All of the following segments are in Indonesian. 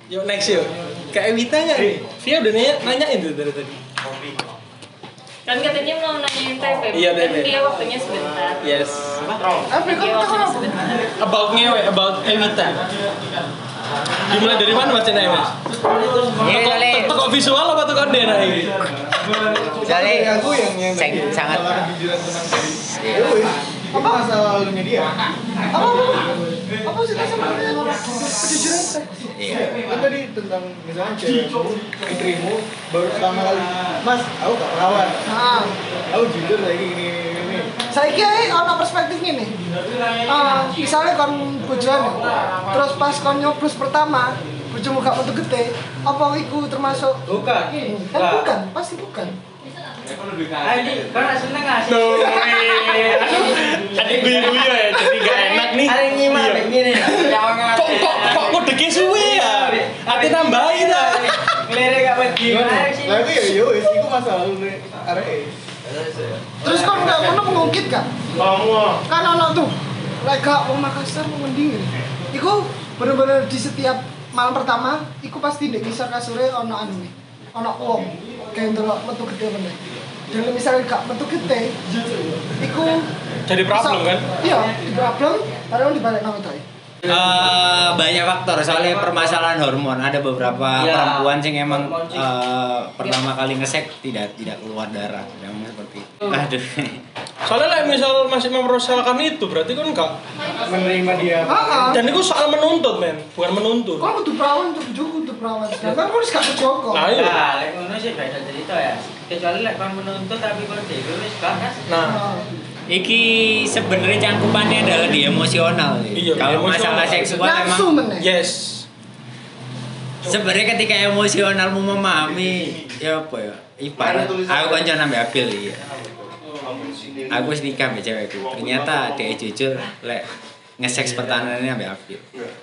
Yuk next yuk. Kayak Ewita nggak nih? Via udah nanyain tuh dari tadi. Kan katanya mau nanyain TP. Iya, kan TP. dia waktunya sebentar. Yes. Dia waktunya sebentar. About ngewe, about Ewita. Dimulai dari mana Mas Cina Mas? Toko visual apa toko dena ini? Soalnya aku yang sangat apa masalah lalunya dia? Apa sih sama kejujuran seks? iya. Kan tadi tentang misalnya cewekmu, istrimu baru pertama kali, Mas, aku gak perawan. Aku jujur lagi ini. Saya kira ono perspektifnya nih. Misalnya kon bojone, terus pas kon nyoblos pertama, bojomu gak metu gede, apa iku termasuk? Bukan. Bukan, pasti bukan. Ini kan seneng nggak sih? No way. Adik guyu ya, jadi gak enak nih. Ada yang nyimak begini. Kok deke suwe ya? Ati tambahin lah. Ngelirik gak begini. Lah itu ya wis, iku masa lalu nih arek. Terus kon gak pernah mengungkit kan? Kan ono tuh, lek gak wong Makassar wong mending. Iku bener-bener di setiap malam pertama, iku pasti ndek ngisor kasure ono anu nih. Ono wong kayak ndelok metu gede meneh. Dan misalnya gak metu gede, iku Jadi problem kan? Iya, di problem, padahal dibalik nang itu. Banyak faktor soalnya permasalahan hormon. Ada beberapa perempuan yang emang pertama kali ngesek tidak keluar darah, memang seperti itu. Aduh. Soalnya lah misal masih mempersoalkan itu berarti kan enggak Menerima dia. dan itu soal menuntut men, bukan menuntut. Kau butuh perawan untuk butuh perawan. Sedangkan kau gak kecokok. Nah iya. Nah, lek ngono sih beda cerita ya. Kecuali lek kon menuntut tapi kon dhewe wis bakas. Nah, Iki sebenarnya cangkupannya adalah di emosional. Iya, Kalau emosional. masalah seksual Nafsu emang meneh. yes. sebenarnya ketika emosionalmu memahami ya apa ya? Ibarat aku kancan ambek Abil ya. Aku wis nikah mbek cewekku. Ternyata dia jujur lek nge-seks pertanannya ambek Abil.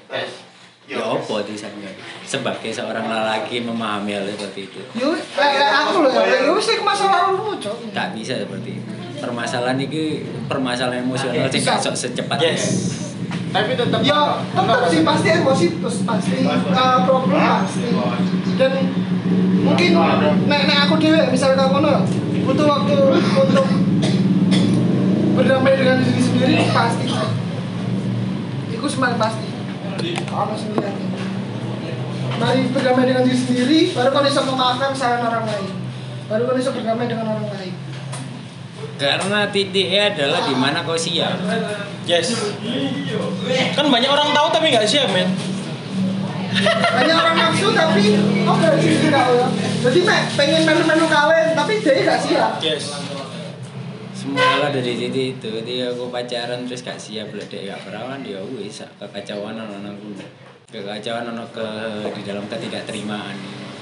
Ya apa tulisannya? Sebagai seorang lelaki memahami hal seperti itu. Yo, aku loh, yo wis iku masalah lu, Cok. Tak bisa seperti itu. Permasalahan ini permasalahan emosional sing gak sok secepat Yes. Tapi tetap Ya, tetap sih pasti emosi terus pasti problem pasti. Dan mungkin nek aku dewe misalnya kamu ngono butuh waktu untuk berdamai dengan diri sendiri pasti. Iku semuanya pasti. Kalau sendiri. Mari berdamai dengan diri sendiri, baru kau bisa memaafkan kesalahan orang lain. Baru kau bisa berdamai dengan orang lain. Karena titiknya adalah di mana kau siap. Yes. Kan banyak orang tahu tapi nggak siap men. Banyak orang nafsu tapi gak sih kau ya. Jadi pengen melu-melu kawin tapi dia gak siap. Yes. Semua dari titik itu. Ketika aku pacaran terus gak siap, lah dia gak perawan, ya wis kekacauan ono kekacauan ono di dalam ketidakterimaan.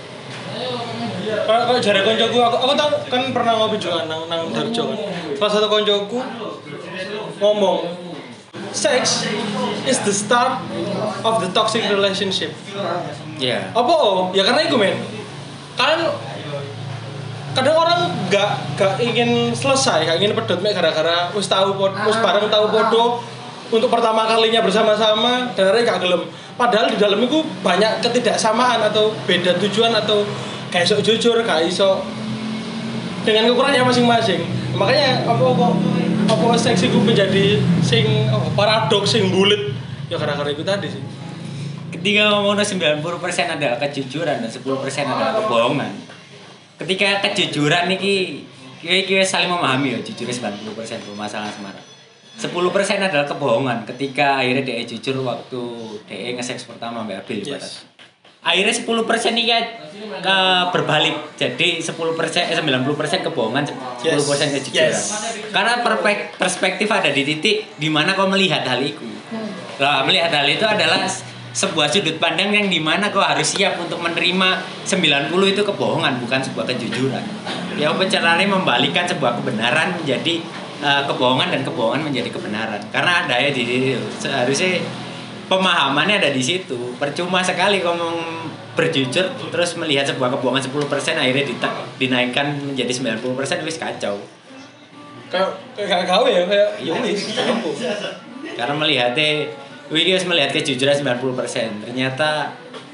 Kalau jare koncoku aku tahu kan pernah ngopi juga nang Darjo kan. Salah satu koncoku ngomong sex is the start of the toxic relationship. Iya. Apa ya karena itu men. Kan kadang orang gak ingin selesai, gak ingin pedot mek gara-gara wis bareng tahu podo untuk pertama kalinya bersama-sama dan akhirnya gak gelem. Padahal di dalam itu banyak ketidaksamaan atau beda tujuan atau kayak sok jujur, kayak iso dengan kekurangannya masing-masing. Makanya apa seks itu menjadi sing paradoks sing bulit ya gara-gara itu tadi sih. Ketika ngomongnya 90% adalah kejujuran dan 10% adalah kebohongan. Ketika kejujuran ini kita saling memahami ya, jujurnya 90% permasalahan Semarang. 10% adalah kebohongan ketika akhirnya dia jujur waktu dia nge-seks pertama Mbak Abil Yes. Akhirnya 10% ini berbalik. Jadi 90% kebohongan, 10% kejujuran. Yes. Karena perspektif ada di titik di mana kau melihat hal itu. Nah, melihat hal itu adalah sebuah sudut pandang yang dimana kau harus siap untuk menerima 90 itu kebohongan, bukan sebuah kejujuran. Ya caranya membalikkan sebuah kebenaran menjadi kebohongan dan kebohongan menjadi kebenaran. Karena ada ya di seharusnya pemahamannya ada di situ. Percuma sekali kau berjujur terus melihat sebuah kebohongan 10% akhirnya dinaikkan menjadi 90% wis kacau. Kayak gawe ya kayak ya wis. Karena melihat kejujuran 90%. Ternyata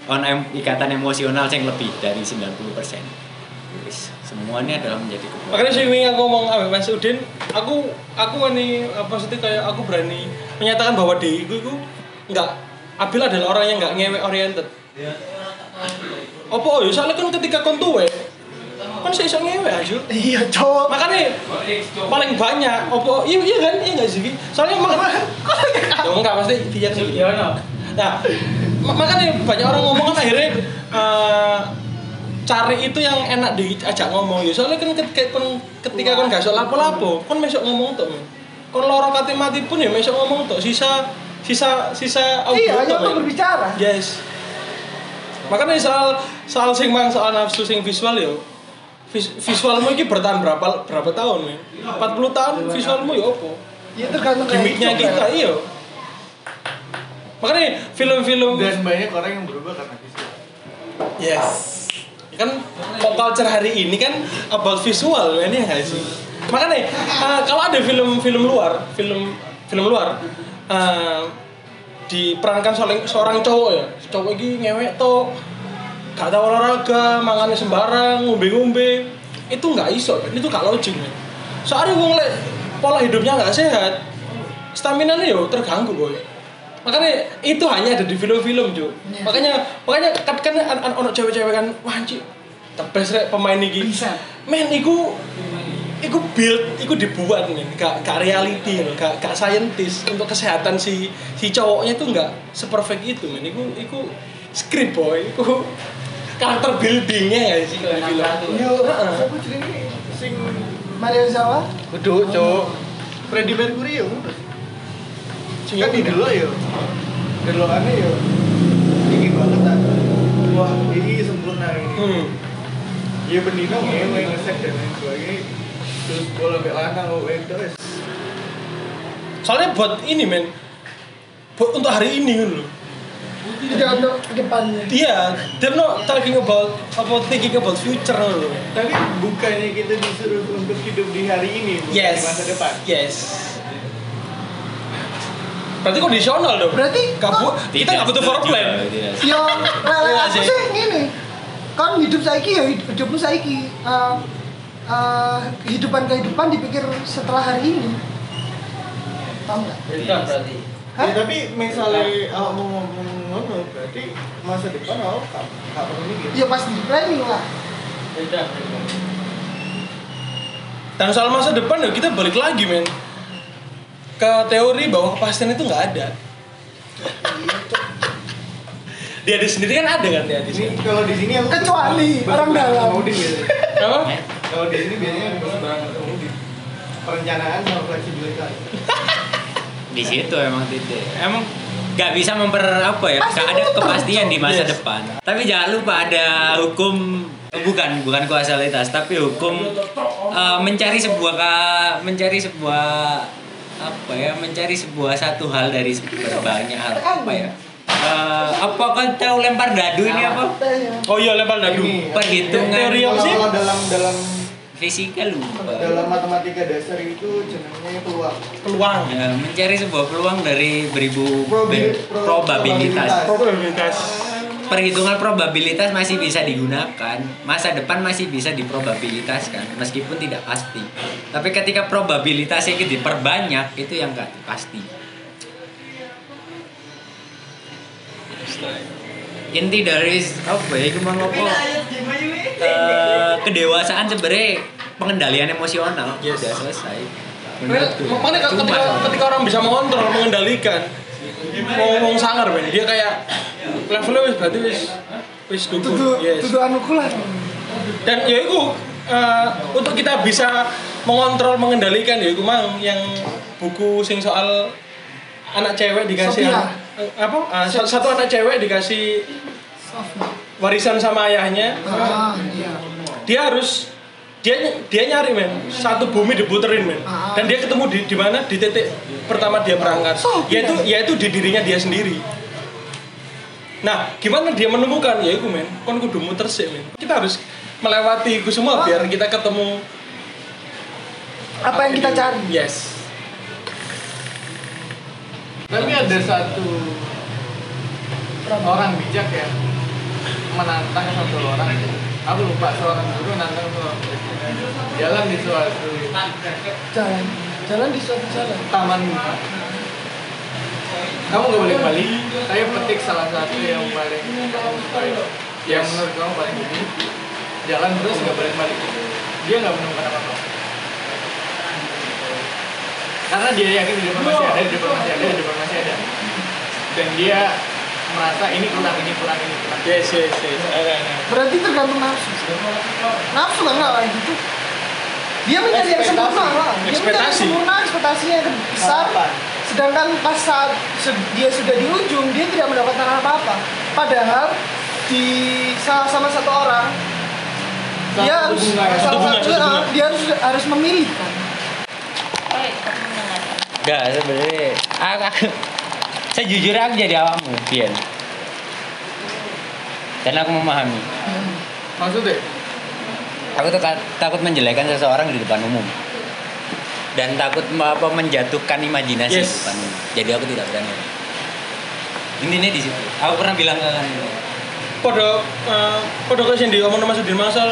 ikatan emosional yang lebih dari 90%. Wis, semuanya adalah menjadi kebutuhan. Makanya sih aku ngomong sama Mas Udin, aku nih maksudnya kayak aku berani menyatakan bahwa diriku itu enggak, Abil adalah orang yang enggak ngewek oriented. Apa ya soalnya kan ketika kon tuwe kan saya iso ngewek aja. Iya, cowok. Makanya paling banyak apa iya kan iya enggak sih? Soalnya emang ya enggak pasti dia sih. Nah, makanya banyak orang ngomong kan akhirnya cari itu yang enak diajak ngomong ya soalnya kan ketika kon gak sok lapo-lapo kon mesok ngomong tok kon loro kate mati pun ya mesok ngomong tok sisa audio iya hanya tok, untuk berbicara. yes makanya soal sing mang soal nafsu sing visual yo visualmu ini bertahan berapa tahun men 40 tahun visualmu ya opo Ya tergantung gimmicknya kita iya makanya film-film Dan banyak orang yang berubah karena visual. yes kan pop culture hari ini kan about visual ini ya sih makanya kalau ada film luar diperankan seorang cowok ya cowok ini ngewek toh gak tahu olahraga mangannya sembarang ngombe itu nggak iso kan itu gak logik kan soalnya wong lek pola hidupnya nggak sehat stamina nya yo terganggu boy makanya itu hanya ada di film-film Jo. Makanya kan ono cewek-cewek kan wah anjir the best rek pemain iki. Men iku dibuat men, gak reality, gak scientist untuk kesehatan si cowoknya itu enggak seperfect itu men. Iku script boy, iku karakter buildingnya ya sih kalau film. Yo, aku cerita sing Mario Zawa. Kudu, Cuk. Freddie Mercury yo. Kan di dulu ya delokannya ya tinggi banget kan wah ini sempurna ini ya benino ngewe ngesek dan lain sebagainya terus bola sampai lanang terus soalnya buat ini men buat untuk hari ini loh Tidak untuk kedepannya. iya they're not talking about thinking about future loh tapi bukannya kita disuruh untuk hidup di hari ini bukan yes di masa depan yes berarti kondisional dong. Berarti kita nggak butuh foreplay. Yo, aku sih gini. Kan hidup saiki ya hidupmu saiki. Kehidupan dipikir setelah hari ini. Paham nggak? Beda berarti. ya tapi misalnya awak mau ngomong ngono berarti masa depan awak gak perlu mikir Ya pasti di planning lah. Beda. Dan soal masa depan ya kita balik lagi men ke teori bahwa kepastian itu nggak ada. Dia di sendiri kan ada kan dia di sini. ini kalau di sini aku Kecuali orang dalam. Udin biasanya Apa? kalau di sini biasanya berseberangan sama Udin perencanaan sama fleksibilitas Di situ emang titik. Emang nggak bisa nggak ada kepastian di masa depan. Tapi jangan lupa ada hukum bukan kausalitas tapi hukum mencari sebuah satu hal dari banyak hal apa kan tahu lempar dadu ini apa? Oh iya lempar dadu. Perhitungan Teori apa sih? kalau dalam fisika lupa. dalam matematika dasar itu jenengnya peluang Ya, mencari sebuah peluang dari beribu Probabilitas. Probabilitas. Perhitungan probabilitas masih bisa digunakan, masa depan masih bisa diprobabilitaskan meskipun tidak pasti. Tapi ketika probabilitasnya diperbanyak itu yang nggak pasti. Inti dari apa ya cuma kedewasaan sebenarnya pengendalian emosional. Yes. Sudah selesai. Makanya ketika orang bisa mengontrol, mengendalikan, ngomong sangar men, dia kayak levelnya berarti wis dukun. Yes. Tuduhan ukulan. Dan ya itu untuk kita bisa mengontrol, mengendalikan ya itu mang yang buku sing soal anak cewek dikasih satu anak cewek dikasih warisan sama ayahnya. Iya. Dia nyari men, satu bumi diputerin men, dan dia ketemu di mana di titik pertama dia berangkat, yaitu di dirinya dia sendiri. Nah, gimana dia menemukan? Ya itu men, kon kudu muter sih men. Kita harus melewati itu semua biar kita ketemu Apa yang kita cari? Yes. tapi ada satu orang bijak ya menantang satu orang, aku lupa seorang guru nantang seorang murid jalan di suatu jalan di suatu jalan. taman. Kamu gak boleh balik, tapi petik salah satu yang paling kamu sukai, yang menurut kamu paling unik. Jalan terus gak boleh balik. Dia gak menemukan apa-apa. Karena dia yakin di depan masih ada, di depan masih ada, di depan masih ada. Dan dia merasa ini kurang, ini kurang, ini kurang. Yes. Berarti tergantung nafsu. Nafsu lah nggak kayak gitu. Dia mencari yang sempurna lah. Dia mencari yang Ekspektasi. sempurna, ekspektasinya yang besar. Sedangkan pas saat dia sudah di ujung, dia tidak mendapatkan apa-apa. Padahal di sama satu orang, dia harus Satu bunga. dia harus memilih kan. Oi, kamu mendengarkan. Enggak, sebenarnya sejujurnya aku jadi awakmu, Pian. Dan aku memahami. Maksudnya? Aku tuh takut menjelekan seseorang di depan umum. Dan takut menjatuhkan imajinasi di Yes. depan umum. Jadi aku tidak berani. Intinya di situ. Aku pernah bilang ke kan. Podo kok sing diomongno Mas Udin Mangsal.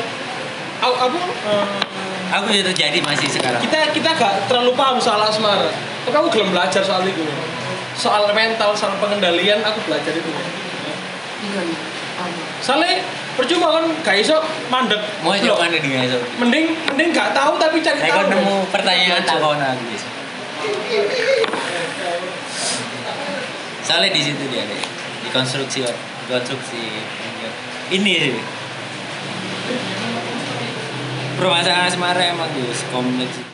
Aku itu terjadi masih sekarang. Kita gak terlalu paham soal asmara. Tapi aku belum belajar soal itu. Soal mental, soal pengendalian aku belajar itu. Iya. Soalnya percuma kan gak iso mandek. Mau Loh, coba dengan itu. mending gak tahu tapi cari Saya tahu. kan nemu pertanyaan takon aku guys. Soalnya di situ dia deh. Di konstruksi ini sih. Permasalahan asmara emang Gus kompleks.